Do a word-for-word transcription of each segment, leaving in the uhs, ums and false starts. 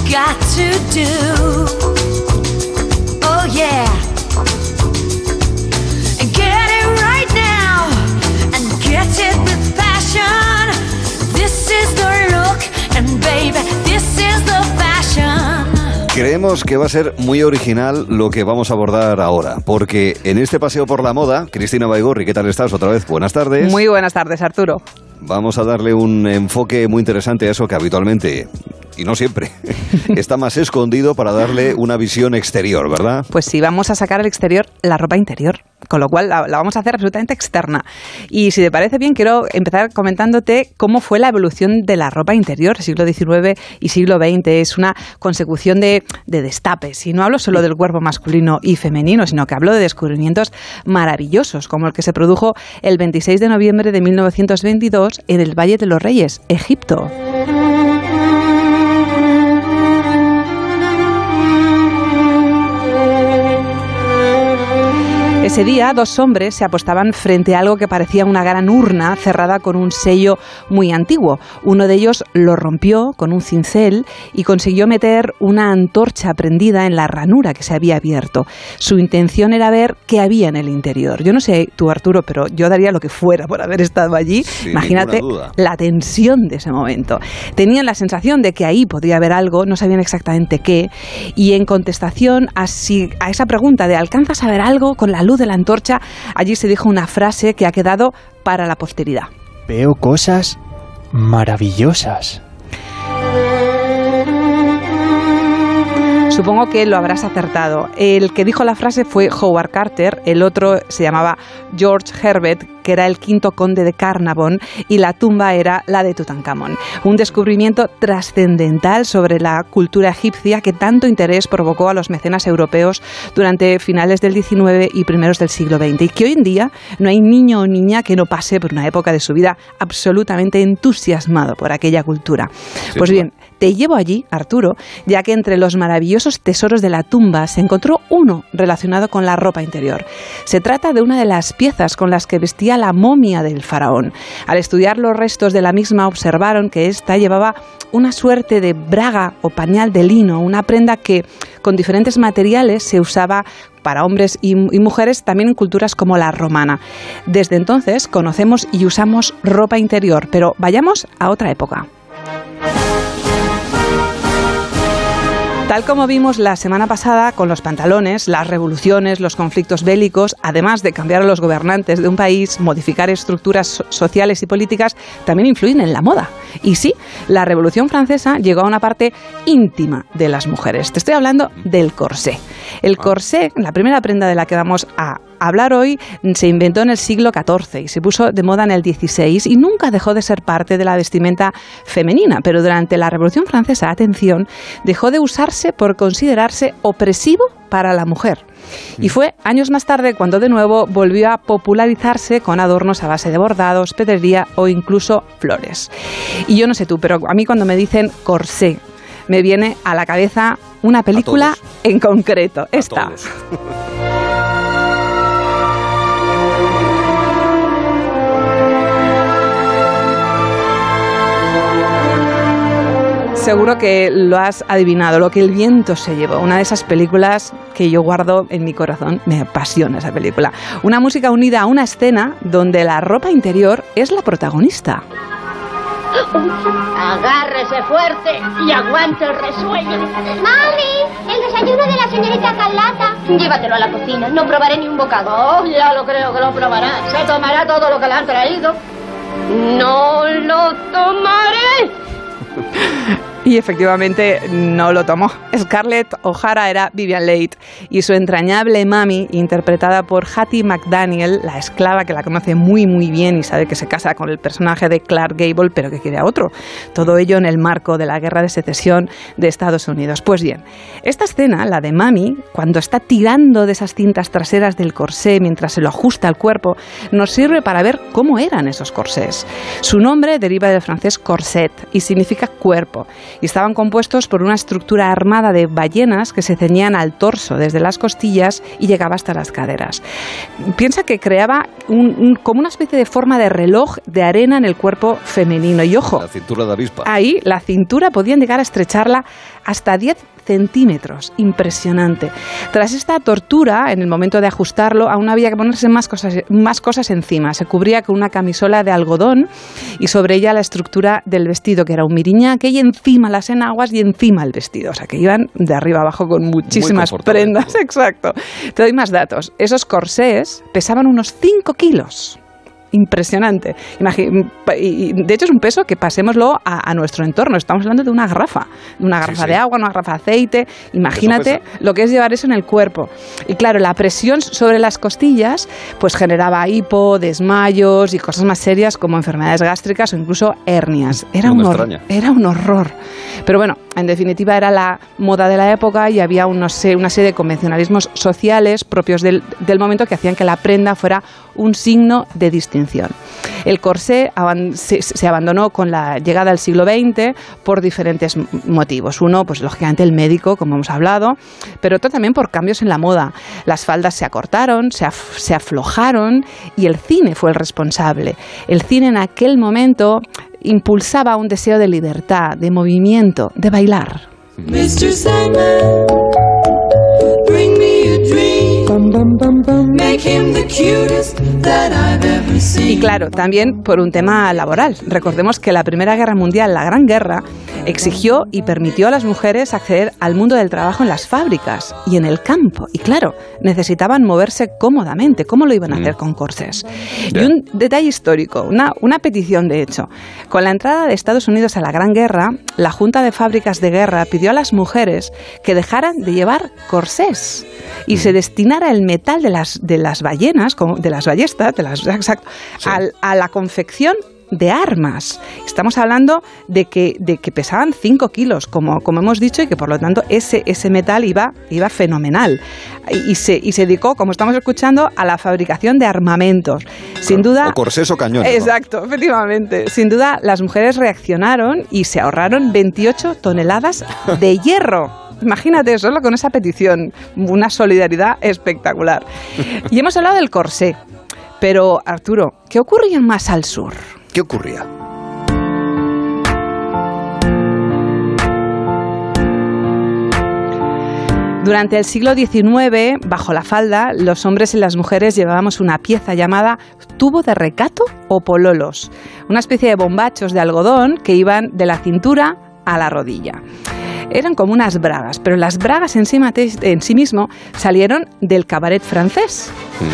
got to do. Oh yeah. Get it right now and get it with passion. This is the look and baby, this is the fashion. Creemos que va a ser muy original lo que vamos a abordar ahora, porque en este paseo por la moda, Cristina Baigorri, ¿qué tal estás? Otra vez, buenas tardes. Muy buenas tardes, Arturo. Vamos a darle un enfoque muy interesante a eso que habitualmente, y no siempre, está más escondido para darle una visión exterior, ¿verdad? Pues sí, vamos a sacar al exterior la ropa interior, con lo cual la, la vamos a hacer absolutamente externa. Y si te parece bien, quiero empezar comentándote cómo fue la evolución de la ropa interior, siglo diecinueve y siglo veinte. Es una consecución de, de destapes. Y no hablo solo del cuerpo masculino y femenino, sino que hablo de descubrimientos maravillosos, como el que se produjo el veintiséis de noviembre de mil novecientos veintidós en el Valle de los Reyes, Egipto. Ese día, dos hombres se apostaban frente a algo que parecía una gran urna cerrada con un sello muy antiguo. Uno de ellos lo rompió con un cincel y consiguió meter una antorcha prendida en la ranura que se había abierto. Su intención era ver qué había en el interior. Yo no sé tú, Arturo, pero yo daría lo que fuera por haber estado allí. Sin Imagínate la tensión de ese momento. Tenían la sensación de que ahí podría haber algo, no sabían exactamente qué, y en contestación a, si, a esa pregunta de ¿alcanzas a ver algo con la luz de la antorcha? Allí se dijo una frase que ha quedado para la posteridad. Veo cosas maravillosas. Supongo que lo habrás acertado. El que dijo la frase fue Howard Carter, el otro se llamaba George Herbert, que era el quinto conde de Carnarvon, y la tumba era la de Tutankamón. Un descubrimiento trascendental sobre la cultura egipcia que tanto interés provocó a los mecenas europeos durante finales del diecinueve y primeros del siglo veinte, y que hoy en día no hay niño o niña que no pase por una época de su vida absolutamente entusiasmado por aquella cultura. Sí, pues bien, te llevo allí, Arturo, ya que entre los maravillosos tesoros de la tumba se encontró uno relacionado con la ropa interior. Se trata de una de las piezas con las que vestía la momia del faraón. Al estudiar los restos de la misma observaron que ésta llevaba una suerte de braga o pañal de lino, una prenda que con diferentes materiales se usaba para hombres y, y mujeres también en culturas como la romana. Desde entonces conocemos y usamos ropa interior, pero vayamos a otra época. Tal como vimos la semana pasada con los pantalones, las revoluciones, los conflictos bélicos, además de cambiar a los gobernantes de un país, modificar estructuras sociales y políticas, también influyen en la moda. Y sí, la Revolución Francesa llegó a una parte íntima de las mujeres. Te estoy hablando del corsé. El corsé, la primera prenda de la que vamos a hablar hoy, se inventó en el siglo catorce y se puso de moda en el dieciséis y nunca dejó de ser parte de la vestimenta femenina. Pero durante la Revolución Francesa, atención, dejó de usarse por considerarse opresivo para la mujer. Y fue años más tarde cuando de nuevo volvió a popularizarse con adornos a base de bordados, pedrería o incluso flores. Y yo no sé tú, pero a mí cuando me dicen corsé, me viene a la cabeza una película en concreto. Esta. Seguro que lo has adivinado, Lo que el viento se llevó, una de esas películas que yo guardo en mi corazón, me apasiona esa película. Una música unida a una escena donde la ropa interior es la protagonista. Agárrese fuerte y aguante el resuello. ¡Mami! El desayuno de la señorita Carlota. Llévatelo a la cocina, no probaré ni un bocado. Oh, ya lo creo que lo probará. Se tomará todo lo que le han traído. No lo tomaré. Y efectivamente no lo tomó. Scarlett O'Hara era Vivian Leigh y su entrañable mami, interpretada por Hattie McDaniel, la esclava que la conoce muy muy bien y sabe que se casa con el personaje de Clark Gable, pero que quiere a otro. Todo ello en el marco de la Guerra de Secesión de Estados Unidos. Pues bien, esta escena, la de mami, cuando está tirando de esas cintas traseras del corsé mientras se lo ajusta al cuerpo, nos sirve para ver cómo eran esos corsés. Su nombre deriva del francés corset y significa cuerpo. y estaban compuestos por una estructura armada de ballenas que se ceñían al torso desde las costillas y llegaba hasta las caderas. Piensa que creaba un, un, como una especie de forma de reloj de arena en el cuerpo femenino. Y ojo, la cintura de avispa. Ahí la cintura podían llegar a estrecharla hasta diez centímetros. Impresionante. Tras esta tortura, en el momento de ajustarlo, aún había que ponerse más cosas, más cosas encima. Se cubría con una camisola de algodón y sobre ella la estructura del vestido, que era un miriñaque, y encima las enaguas y encima el vestido. O sea, que iban de arriba abajo con muchísimas prendas. Exacto. Te doy más datos. Esos corsés pesaban unos cinco kilos. Impresionante. Imagin- y de hecho es un peso que pasémoslo a, a nuestro entorno. Estamos hablando de una garrafa, de una garrafa sí, sí. de agua, una garrafa de aceite. Imagínate lo que es llevar eso en el cuerpo. Y claro, la presión sobre las costillas pues generaba hipo, desmayos y cosas más serias como enfermedades gástricas o incluso hernias. Era, no un, hor- era un horror. Pero bueno, en definitiva era la moda de la época y había unos, una serie de convencionalismos sociales propios del, del momento que hacían que la prenda fuera un signo de distinción. El corsé se, se abandonó con la llegada al siglo veinte por diferentes motivos. Uno, pues lógicamente el médico, como hemos hablado, pero otro también por cambios en la moda. Las faldas se acortaron, se, af, se aflojaron y el cine fue el responsable. El cine en aquel momento impulsaba un deseo de libertad, de movimiento, de bailar. mister Sandman, bring me a dream. Make him the cutest that I've ever seen. Y claro, también por un tema laboral. Recordemos que la Primera Guerra Mundial, la Gran Guerra, exigió y permitió a las mujeres acceder al mundo del trabajo en las fábricas y en el campo. Y claro, necesitaban moverse cómodamente. ¿Cómo lo iban a hacer con corsés? Y un detalle histórico, una, una petición de hecho. Con la entrada de Estados Unidos a la Gran Guerra, la Junta de Fábricas de Guerra pidió a las mujeres que dejaran de llevar corsés y se destinara el metal de las, de las ballenas, de las ballestas, de las, exacto, sí. a, a la confección de armas. Estamos hablando de que, de que pesaban cinco kilos, como, como hemos dicho, y que por lo tanto ese, ese metal iba, iba fenomenal. Y, y, se, y se dedicó, como estamos escuchando, a la fabricación de armamentos. Sin duda... O corsés o cañones. Exacto, ¿no? Efectivamente. Sin duda, las mujeres reaccionaron y se ahorraron veintiocho toneladas de hierro. Imagínate solo con esa petición, una solidaridad espectacular. Y hemos hablado del corsé, pero Arturo, ¿qué ocurría más al sur? ¿Qué ocurría? Durante el siglo diecinueve, bajo la falda, los hombres y las mujeres llevábamos una pieza llamada tubo de recato o pololos, una especie de bombachos de algodón que iban de la cintura a la rodilla. Eran como unas bragas, pero las bragas en sí, en sí mismo salieron del cabaret francés.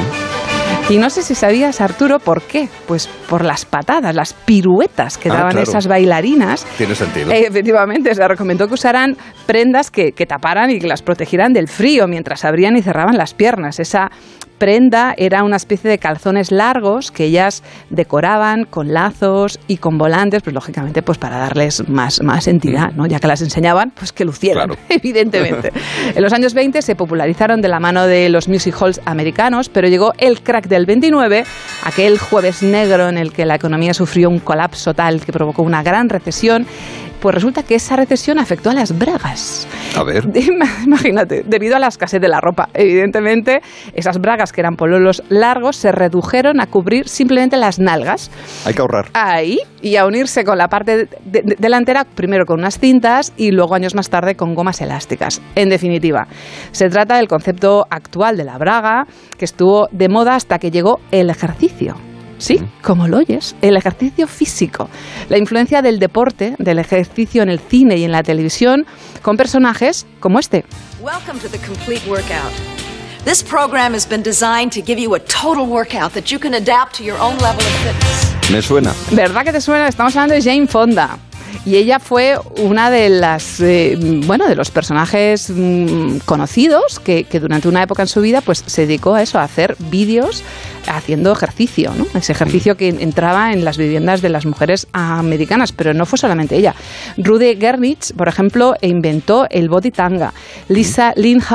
Mm. Y no sé si sabías, Arturo, ¿por qué? Pues por las patadas, las piruetas que daban ah, claro. esas bailarinas. Tiene sentido. Eh, efectivamente, se recomendó que usaran prendas que, que taparan y que las protegieran del frío mientras abrían y cerraban las piernas. Esa prenda era una especie de calzones largos que ellas decoraban con lazos y con volantes, pues lógicamente pues para darles más, más entidad, ¿no? Ya que las enseñaban, pues que lucieran, claro. evidentemente. En los años veinte se popularizaron de la mano de los music halls americanos, pero llegó el crack del veintinueve, aquel jueves negro en el que la economía sufrió un colapso tal que provocó una gran recesión. Pues resulta que esa recesión afectó a las bragas. A ver. Imagínate, debido a la escasez de la ropa. Evidentemente, esas bragas que eran pololos largos se redujeron a cubrir simplemente las nalgas. Hay que ahorrar. Ahí, y a unirse con la parte de, de, delantera, primero con unas cintas y luego años más tarde con gomas elásticas. En definitiva, se trata del concepto actual de la braga, que estuvo de moda hasta que llegó el ejercicio. Sí, como lo oyes, el ejercicio físico, la influencia del deporte, del ejercicio en el cine y en la televisión, con personajes como este. Welcome to the Complete Workout. This program has been designed to give you a total workout that you can adapt to your own level of fitness. Me suena. ¿Verdad que te suena? Estamos hablando de Jane Fonda. Y ella fue una de las, eh, bueno, de los personajes mmm, conocidos que, que durante una época en su vida pues se dedicó a eso, a hacer vídeos haciendo ejercicio, ¿no? Ese ejercicio que entraba en las viviendas de las mujeres americanas, pero no fue solamente ella. Rudy Gernich, por ejemplo, inventó el body tanga. Lisa Lynn Hall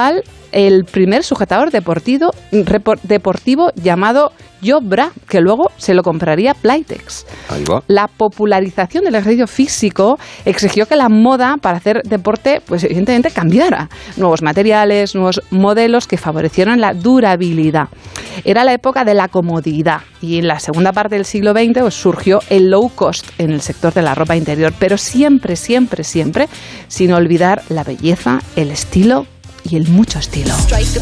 el primer sujetador deportivo, repor, deportivo llamado Joe Bra, que luego se lo compraría Playtex. Ahí va. La popularización del ejercicio físico exigió que la moda para hacer deporte, pues evidentemente cambiara. Nuevos materiales, nuevos modelos que favorecieron la durabilidad. Era la época de la comodidad y en la segunda parte del siglo veinte pues, surgió el low cost en el sector de la ropa interior, pero siempre, siempre, siempre sin olvidar la belleza, el estilo y el mucho estilo.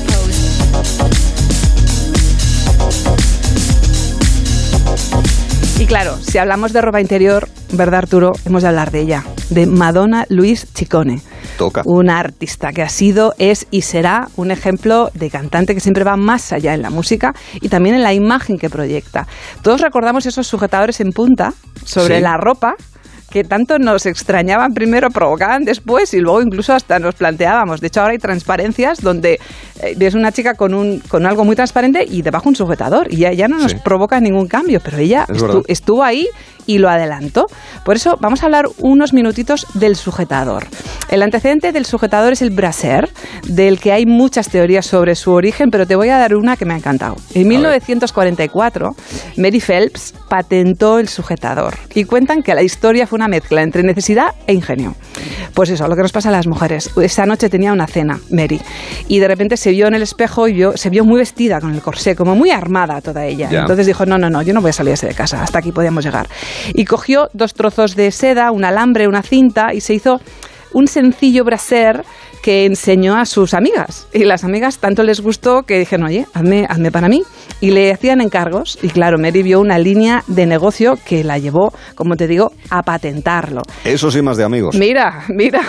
Y claro, si hablamos de ropa interior, ¿verdad, Arturo? Hemos de hablar de ella, de Madonna Louise Ciccone. Toca. Una artista que ha sido, es y será un ejemplo de cantante que siempre va más allá en la música y también en la imagen que proyecta. Todos recordamos esos sujetadores en punta sobre sí. la ropa, que tanto nos extrañaban primero, provocaban después y luego incluso hasta nos planteábamos. De hecho, ahora hay transparencias donde eh, ves una chica con un con algo muy transparente y debajo un sujetador y ya, ya no nos sí. provoca ningún cambio, pero ella estu, estuvo ahí y lo adelantó. Por eso vamos a hablar unos minutitos del sujetador. El antecedente del sujetador es el brasier, del que hay muchas teorías sobre su origen, pero te voy a dar una que me ha encantado. En mil novecientos cuarenta y cuatro, Mary Phelps patentó el sujetador y cuentan que la historia fue una mezcla entre necesidad e ingenio. Pues eso, lo que nos pasa a las mujeres. Esa noche tenía una cena, Mary, y de repente se vio en el espejo y vio, se vio muy vestida con el corsé, como muy armada toda ella. Ya. Entonces dijo, no, no, no, yo no voy a salir de casa, hasta aquí podíamos llegar. Y cogió dos trozos de seda, un alambre, una cinta y se hizo un sencillo brasier que enseñó a sus amigas. Y las amigas tanto les gustó que dijeron, oye, hazme, hazme para mí. Y le hacían encargos. Y claro, Mary vio una línea de negocio que la llevó, como te digo, a patentarlo. Eso sí, más de amigos. Mira, mira.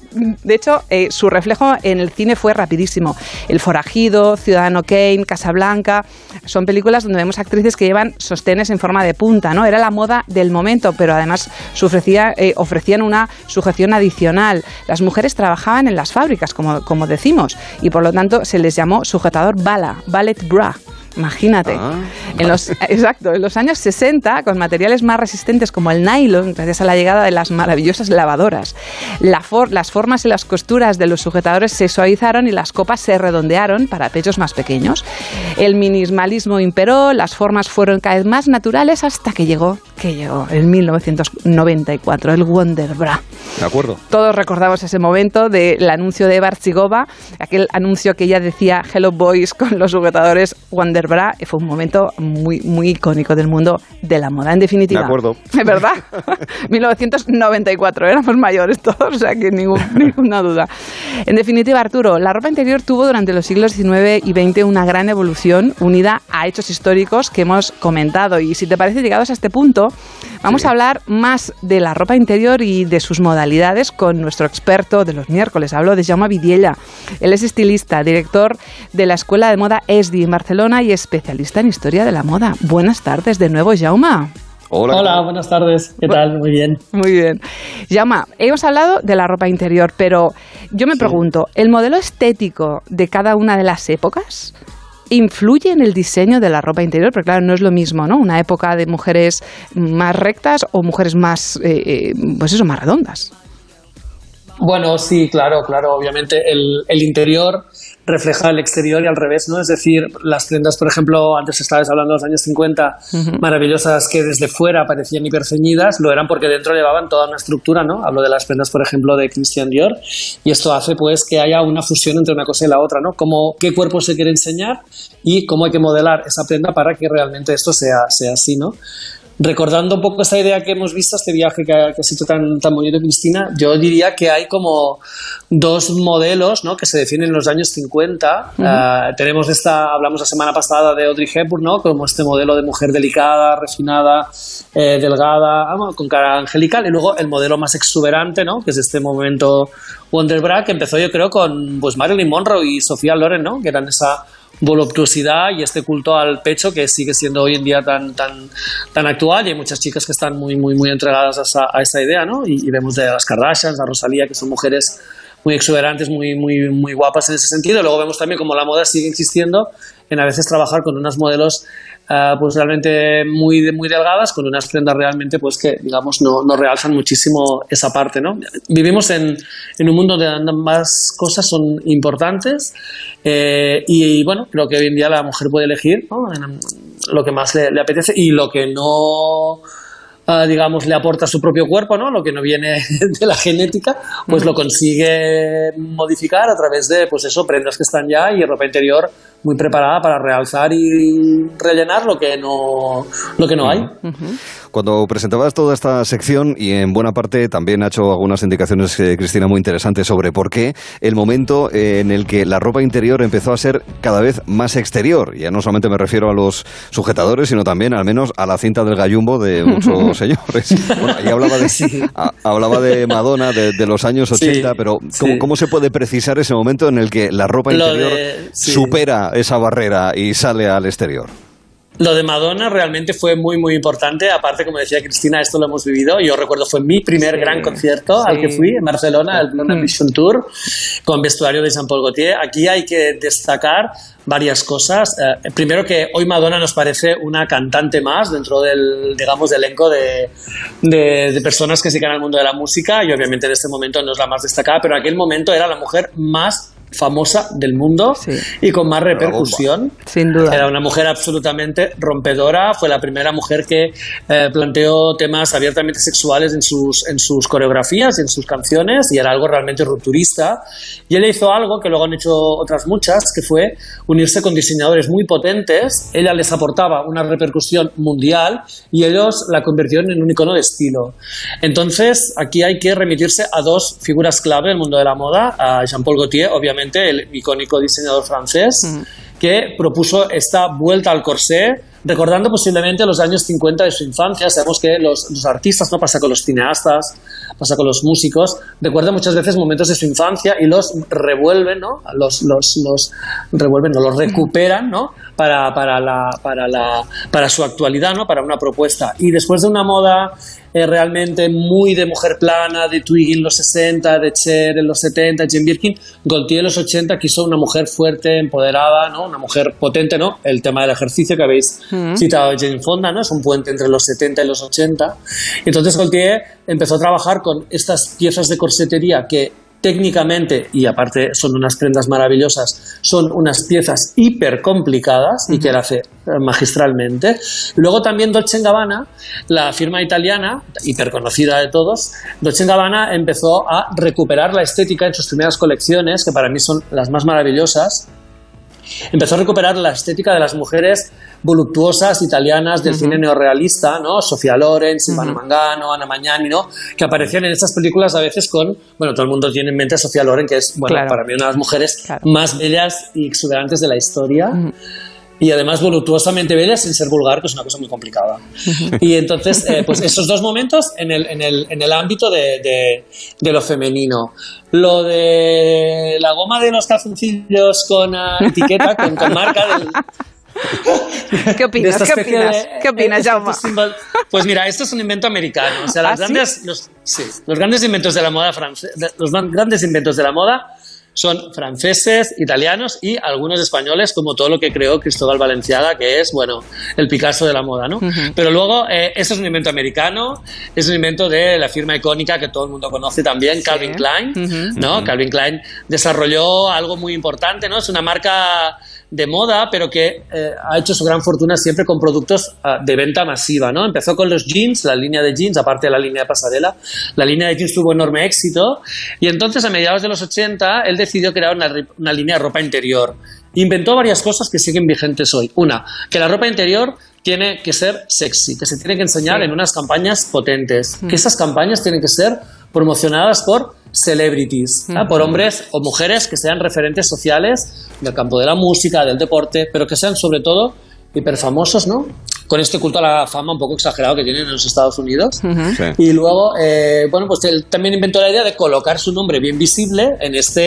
De hecho, eh, su reflejo en el cine fue rapidísimo. El Forajido, Ciudadano Kane, Casablanca, son películas donde vemos actrices que llevan sostenes en forma de punta, ¿no? Era la moda del momento, pero además se ofrecía, eh, ofrecían una sujeción adicional. Las mujeres trabajaban en las fábricas, como, como decimos, y por lo tanto se les llamó sujetador bala, ballet bra. Imagínate. Ah, en los, exacto, en los años sesenta, con materiales más resistentes como el nylon, gracias a la llegada de las maravillosas lavadoras, la for, las formas y las costuras de los sujetadores se suavizaron y las copas se redondearon para pechos más pequeños. El minimalismo imperó, las formas fueron cada vez más naturales hasta que llegó, que llegó en mil novecientos noventa y cuatro, el Wonder Bra. De acuerdo. Todos recordamos ese momento del anuncio de Barchigova, aquel anuncio que ella decía Hello Boys con los sujetadores Wonder Bra, fue un momento muy, muy icónico del mundo de la moda, en definitiva. De acuerdo. ¿Verdad? mil novecientos noventa y cuatro, éramos mayores todos, o sea que ningún, ninguna duda. En definitiva, Arturo, la ropa interior tuvo durante los siglos diecinueve y veinte una gran evolución unida a hechos históricos que hemos comentado. Y si te parece, llegados a este punto, vamos sí. a hablar más de la ropa interior y de sus modalidades con nuestro experto de los miércoles. Hablo de Jaume Vidiella. Él es estilista, director de la Escuela de Moda E S D I en Barcelona y especialista en historia de la moda. Buenas tardes de nuevo, Jaume. Hola. Hola, buenas tardes. ¿Qué tal? Muy bien. Muy bien. Jaume, hemos hablado de la ropa interior, pero yo me sí. pregunto, ¿el modelo estético de cada una de las épocas influye en el diseño de la ropa interior? Porque claro, no es lo mismo, ¿no? Una época de mujeres más rectas o mujeres más, eh, pues eso, más redondas. Bueno, sí, claro, claro. Obviamente el, el interior refleja el exterior y al revés, ¿no? Es decir, las prendas, por ejemplo, antes estabas hablando de los años cincuenta, uh-huh. maravillosas, que desde fuera parecían hiperceñidas, lo eran porque dentro llevaban toda una estructura, ¿no? Hablo de las prendas, por ejemplo, de Christian Dior, y esto hace, pues, que haya una fusión entre una cosa y la otra, ¿no? Cómo, qué cuerpo se quiere enseñar y cómo hay que modelar esa prenda para que realmente esto sea, sea así, ¿no? Recordando un poco esta idea que hemos visto, este viaje que, que has hecho tan, tan bonito, Cristina, yo diría que hay como dos modelos, ¿no? Que se definen en los años cincuenta. Uh-huh. Uh, tenemos esta, hablamos la semana pasada de Audrey Hepburn, ¿no? Como este modelo de mujer delicada, refinada, eh, delgada, con cara angelical. Y luego el modelo más exuberante, ¿no? Que es este momento Wonder Bra, que empezó yo creo con pues Marilyn Monroe y Sofía Loren, ¿no? Que eran esa voluptuosidad y este culto al pecho que sigue siendo hoy en día tan tan tan actual, y hay muchas chicas que están muy muy muy entregadas a esa, a esa idea, ¿no? Y, y vemos de las Kardashians, a Rosalía, que son mujeres muy exuberantes, muy, muy, muy guapas en ese sentido. Luego vemos también como la moda sigue insistiendo en a veces trabajar con unas modelos Uh, pues realmente muy, muy delgadas, con unas prendas realmente pues que digamos no, no realzan muchísimo esa parte, ¿no? Vivimos en, en un mundo donde ambas cosas son importantes eh, y, y bueno, creo que hoy en día la mujer puede elegir, ¿no?, lo que más le, le apetece y lo que no Uh, digamos, le aporta su propio cuerpo, ¿no? Lo que no viene de la genética, pues lo consigue modificar a través de, pues eso, prendas que están ya y ropa interior muy preparada para realzar y rellenar lo que no, lo que no hay. Cuando presentabas toda esta sección, y en buena parte también ha hecho algunas indicaciones, eh, Cristina, muy interesantes sobre por qué el momento eh, en el que la ropa interior empezó a ser cada vez más exterior. Ya no solamente me refiero a los sujetadores, sino también al menos a la cinta del gallumbo de muchos señores. Bueno, ahí hablaba de, sí. a, hablaba de Madonna, de, de los años ochenta, sí, pero ¿cómo, sí. ¿cómo se puede precisar ese momento en el que la ropa Lo interior de, sí. supera esa barrera y sale al exterior? Lo de Madonna realmente fue muy, muy importante. Aparte, como decía Cristina, esto lo hemos vivido. Yo recuerdo, fue mi primer sí, gran concierto sí. al que fui en Barcelona, el Blonde Ambition Tour, con vestuario de Jean Paul Gaultier. Aquí hay que destacar varias cosas. Eh, primero, que hoy Madonna nos parece una cantante más dentro del, digamos, del elenco de, de, de personas que se dedican al mundo de la música, y obviamente en este momento no es la más destacada, pero en aquel momento era la mujer más famosa del mundo sí. y con más repercusión. Sin duda. Era una mujer absolutamente rompedora. Fue la primera mujer que eh, planteó temas abiertamente sexuales en sus, en sus coreografías y en sus canciones, y era algo realmente rupturista. Y ella hizo algo que luego han hecho otras muchas, que fue unirse con diseñadores muy potentes. Ella les aportaba una repercusión mundial y ellos la convirtieron en un icono de estilo. Entonces, aquí hay que remitirse a dos figuras clave del mundo de la moda, a Jean Paul Gaultier, obviamente el icónico diseñador francés, mm. que propuso esta vuelta al corsé, recordando posiblemente los años cincuenta de su infancia. Sabemos que los, los artistas, no pasa con los cineastas, pasa con los músicos, recuerdan muchas veces momentos de su infancia y los revuelven, ¿no? Los, los, los revuelven, no, los recuperan, ¿no? Para, para, la, para, la, para su actualidad, ¿no? Para una propuesta. Y después de una moda eh, realmente muy de mujer plana, de Twiggy en los sesenta, de Cher en los setenta, Jane Birkin, Gaultier en los ochenta quiso una mujer fuerte, empoderada, ¿no? Una mujer potente, ¿no? El tema del ejercicio que habéis mm. citado de Jane Fonda, ¿no? Es un puente entre los setenta y los ochenta. Entonces Gaultier empezó a trabajar con estas piezas de corsetería que técnicamente, y aparte son unas prendas maravillosas, son unas piezas hiper complicadas y que él hace magistralmente. Luego también Dolce and Gabbana, la firma italiana, hiper conocida de todos, Dolce and Gabbana empezó a recuperar la estética en sus primeras colecciones, que para mí son las más maravillosas. Empezó a recuperar la estética de las mujeres voluptuosas italianas del uh-huh. cine neorrealista, ¿no? Sofía Loren, Silvana uh-huh. Mangano, Anna Magnani, ¿no? Que aparecían en estas películas a veces con, bueno, todo el mundo tiene en mente a Sofía Loren, que es, bueno, claro. para mí una de las mujeres claro. más bellas y exuberantes de la historia. Uh-huh. Y además voluptuosamente bella sin ser vulgar, que es una cosa muy complicada. Y entonces, eh, pues esos dos momentos en el, en el, en el ámbito de, de, de lo femenino. Lo de la goma de los calzoncillos con uh, etiqueta, con, con marca del... ¿Qué opinas? ¿Qué opinas? De, ¿Qué opinas, Jaume? Pues mira, esto es un invento americano. O sea, las ¿Ah, grandes, ¿sí? Los, sí, los grandes inventos de la moda francesa, los grandes inventos de la moda son franceses, italianos y algunos españoles, como todo lo que creó Cristóbal Valenciaga, que es, bueno, el Picasso de la moda, ¿no? Uh-huh. Pero luego, eh, eso es un invento americano, es un invento de la firma icónica que todo el mundo conoce también, sí. Calvin Klein, uh-huh. ¿no? Uh-huh. Calvin Klein desarrolló algo muy importante, ¿no? Es una marca de moda, pero que eh, ha hecho su gran fortuna siempre con productos uh, de venta masiva, ¿no? Empezó con los jeans, la línea de jeans, aparte de la línea de pasarela. La línea de jeans tuvo enorme éxito y entonces a mediados de los ochenta él decidió crear una, una línea de ropa interior. Inventó varias cosas que siguen vigentes hoy. Una, que la ropa interior tiene que ser sexy, que se tiene que enseñar sí. en unas campañas potentes, mm. que esas campañas tienen que ser promocionadas por celebrities, ¿eh? Por hombres o mujeres que sean referentes sociales del campo de la música, del deporte, pero que sean sobre todo hiperfamosos, ¿no? Con este culto a la fama un poco exagerado que tienen en los Estados Unidos. Uh-huh. Sí. Y luego, eh, bueno, pues él también inventó la idea de colocar su nombre bien visible en este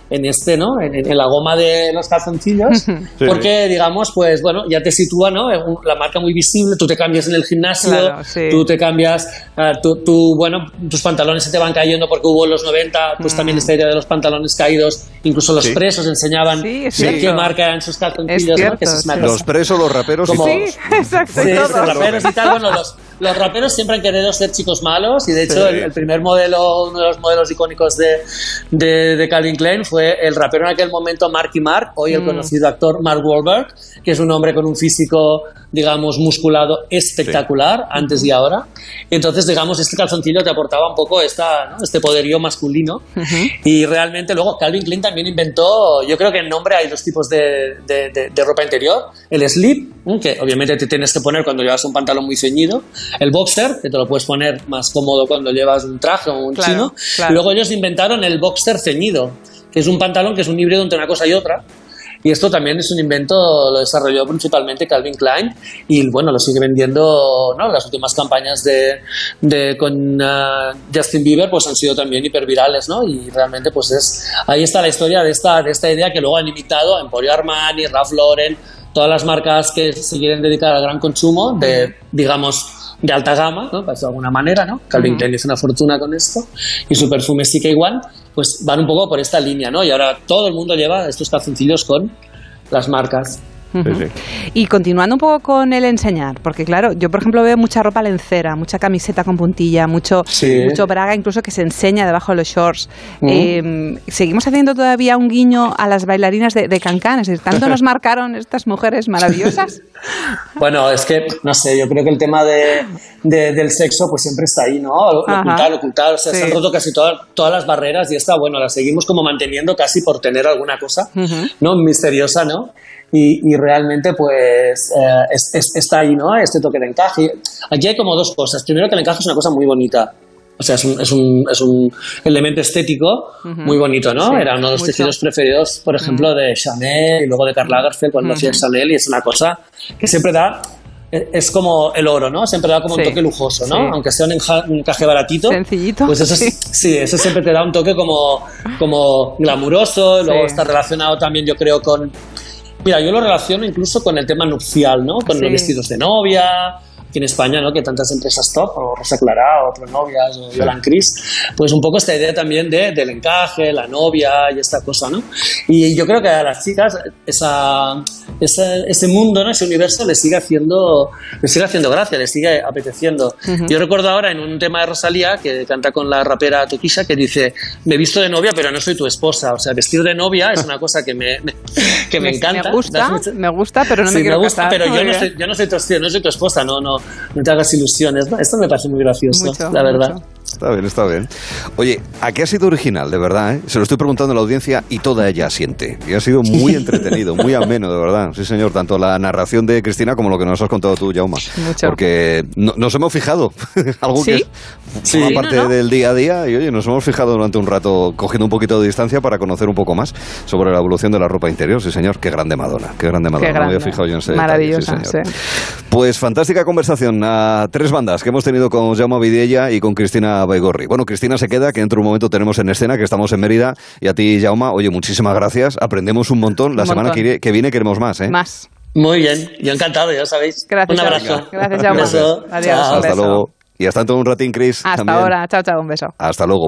en este, ¿no? En, en la goma de los calzoncillos, sí. Porque, digamos, pues bueno, ya te sitúa, ¿no? La marca muy visible, tú te cambias en el gimnasio, claro, sí. Tú te cambias, uh, tú, tú, bueno, tus pantalones se te van cayendo porque hubo en los noventa, pues mm. también esta idea de los pantalones caídos, incluso los sí. presos enseñaban sí, de qué marca eran sus calzoncillos, cierto, ¿no? Que sí. Los presos, los raperos como, y sí, exacto, sí, y los raperos y tal, bueno, los, los raperos siempre han querido ser chicos malos y de hecho sí. el, el primer modelo, uno de los modelos icónicos de, de, de Calvin Klein fue el rapero en aquel momento Marky Mark, hoy el mm. conocido actor Mark Wahlberg, que es un hombre con un físico, digamos, musculado espectacular, sí. antes y ahora. Entonces, digamos, este calzoncillo te aportaba un poco esta, ¿no? este poderío masculino. Uh-huh. Y realmente luego Calvin Klein también inventó, yo creo que en nombre hay dos tipos de, de, de, de ropa interior. El slip, que obviamente te tienes que poner cuando llevas un pantalón muy ceñido. El boxer, que te lo puedes poner más cómodo cuando llevas un traje o un claro, chino. Claro. Y luego ellos inventaron el boxer ceñido, que es un pantalón que es un híbrido entre una cosa y otra. Y esto también es un invento, lo desarrolló principalmente Calvin Klein y bueno, lo sigue vendiendo, ¿no? Las últimas campañas de, de con uh, Justin Bieber pues han sido también hipervirales, ¿no? Y realmente pues es ahí está la historia de esta, de esta idea que luego han imitado a Emporio Armani, Ralph Lauren, todas las marcas que se quieren dedicar al gran consumo de, digamos, de alta gama, ¿no? Pues de alguna manera, ¿no? Calvin Klein hizo una fortuna con esto y su perfume C K One, pues van un poco por esta línea, ¿no? Y ahora todo el mundo lleva estos calzoncillos con las marcas. Uh-huh. Sí, sí. Y continuando un poco con el enseñar, porque claro, yo por ejemplo veo mucha ropa lencera, mucha camiseta con puntilla, mucho, sí. mucho braga, incluso que se enseña debajo de los shorts. Uh-huh. Eh, seguimos haciendo todavía un guiño a las bailarinas de, de Can-Can, es decir, ¿tanto nos marcaron estas mujeres maravillosas? Bueno, es que, no sé, yo creo que el tema de, de, del sexo pues siempre está ahí, ¿no? Ocultar, ocultar, o sea, sí. se han roto casi todas, todas las barreras y esta, bueno, la seguimos como manteniendo casi por tener alguna cosa, uh-huh. ¿no? Misteriosa, ¿no? Y, y realmente pues eh, es, es, está ahí, ¿no? Este toque de encaje. Aquí hay como dos cosas. Primero, que el encaje es una cosa muy bonita. O sea, es un, es un, es un elemento estético uh-huh. muy bonito, ¿no? Sí, era uno de los mucho. tejidos preferidos, por ejemplo, uh-huh. de Chanel y luego de Karl Lagerfeld cuando uh-huh. hacía Chanel, y es una cosa que siempre da... Es como el oro, ¿no? Siempre da como sí. un toque lujoso, ¿no? Sí. Aunque sea un, enja- un encaje baratito. Sencillito. Pues eso sí. sí, eso siempre te da un toque como, como glamuroso. Luego sí. está relacionado también, yo creo, con... Mira, yo lo relaciono incluso con el tema nupcial, ¿no? Con sí. los vestidos de novia, aquí en España, ¿no? Que tantas empresas top, o Rosa Clara, o Pronovias, o Yolan sí. Cris, pues un poco esta idea también de, del encaje, la novia y esta cosa, ¿no? Y yo creo que a las chicas esa, esa, ese mundo, ¿no? Ese universo les sigue haciendo, les sigue haciendo gracia, les sigue apeteciendo. Uh-huh. Yo recuerdo ahora en un tema de Rosalía, que canta con la rapera Tokisha, que dice, me he visto de novia, pero no soy tu esposa. O sea, vestir de novia es una cosa que me, me, que me, me encanta. Me gusta, mucho... me gusta, pero no sí, me quiero me gusta, casar. Pero yo no, soy, yo no soy tu, no soy tu esposa, no, no, no te hagas ilusiones. ¿No? Esto me parece muy gracioso, mucho, la verdad. Mucho. Está bien, está bien. Oye, ¿a qué ha sido original, de verdad? ¿eh? Se lo estoy preguntando a la audiencia y toda ella asiente. Y ha sido muy entretenido, muy ameno, de verdad. Sí, señor, tanto la narración de Cristina como lo que nos has contado tú, Jaume. Mucho. Porque no, nos hemos fijado, algo ¿Sí? que es sí, una parte no, no. del día a día, y oye, nos hemos fijado durante un rato, cogiendo un poquito de distancia para conocer un poco más sobre la evolución de la ropa interior. Sí, señor, qué grande Madonna, qué grande Madonna. Qué grande. No me había fijado yo en ese Maravillosa, detalle, sí, sí. Pues fantástica conversación a tres bandas que hemos tenido con Jaume Vidiella y con Cristina Baigorri. Bueno, Cristina se queda, que dentro de un momento tenemos en escena, que estamos en Mérida, y a ti, Jaume, oye, muchísimas gracias, aprendemos un montón, la un semana montón. Que, que viene queremos más, ¿eh? Más. Muy bien, yo encantado, ya sabéis. Gracias, un abrazo. Gracias, Jaume. Un beso. Adiós. Chao. Un beso. Hasta luego. Y hasta dentro de un ratín, Cris. Hasta también. ahora. Chao, chao, un beso. Hasta luego.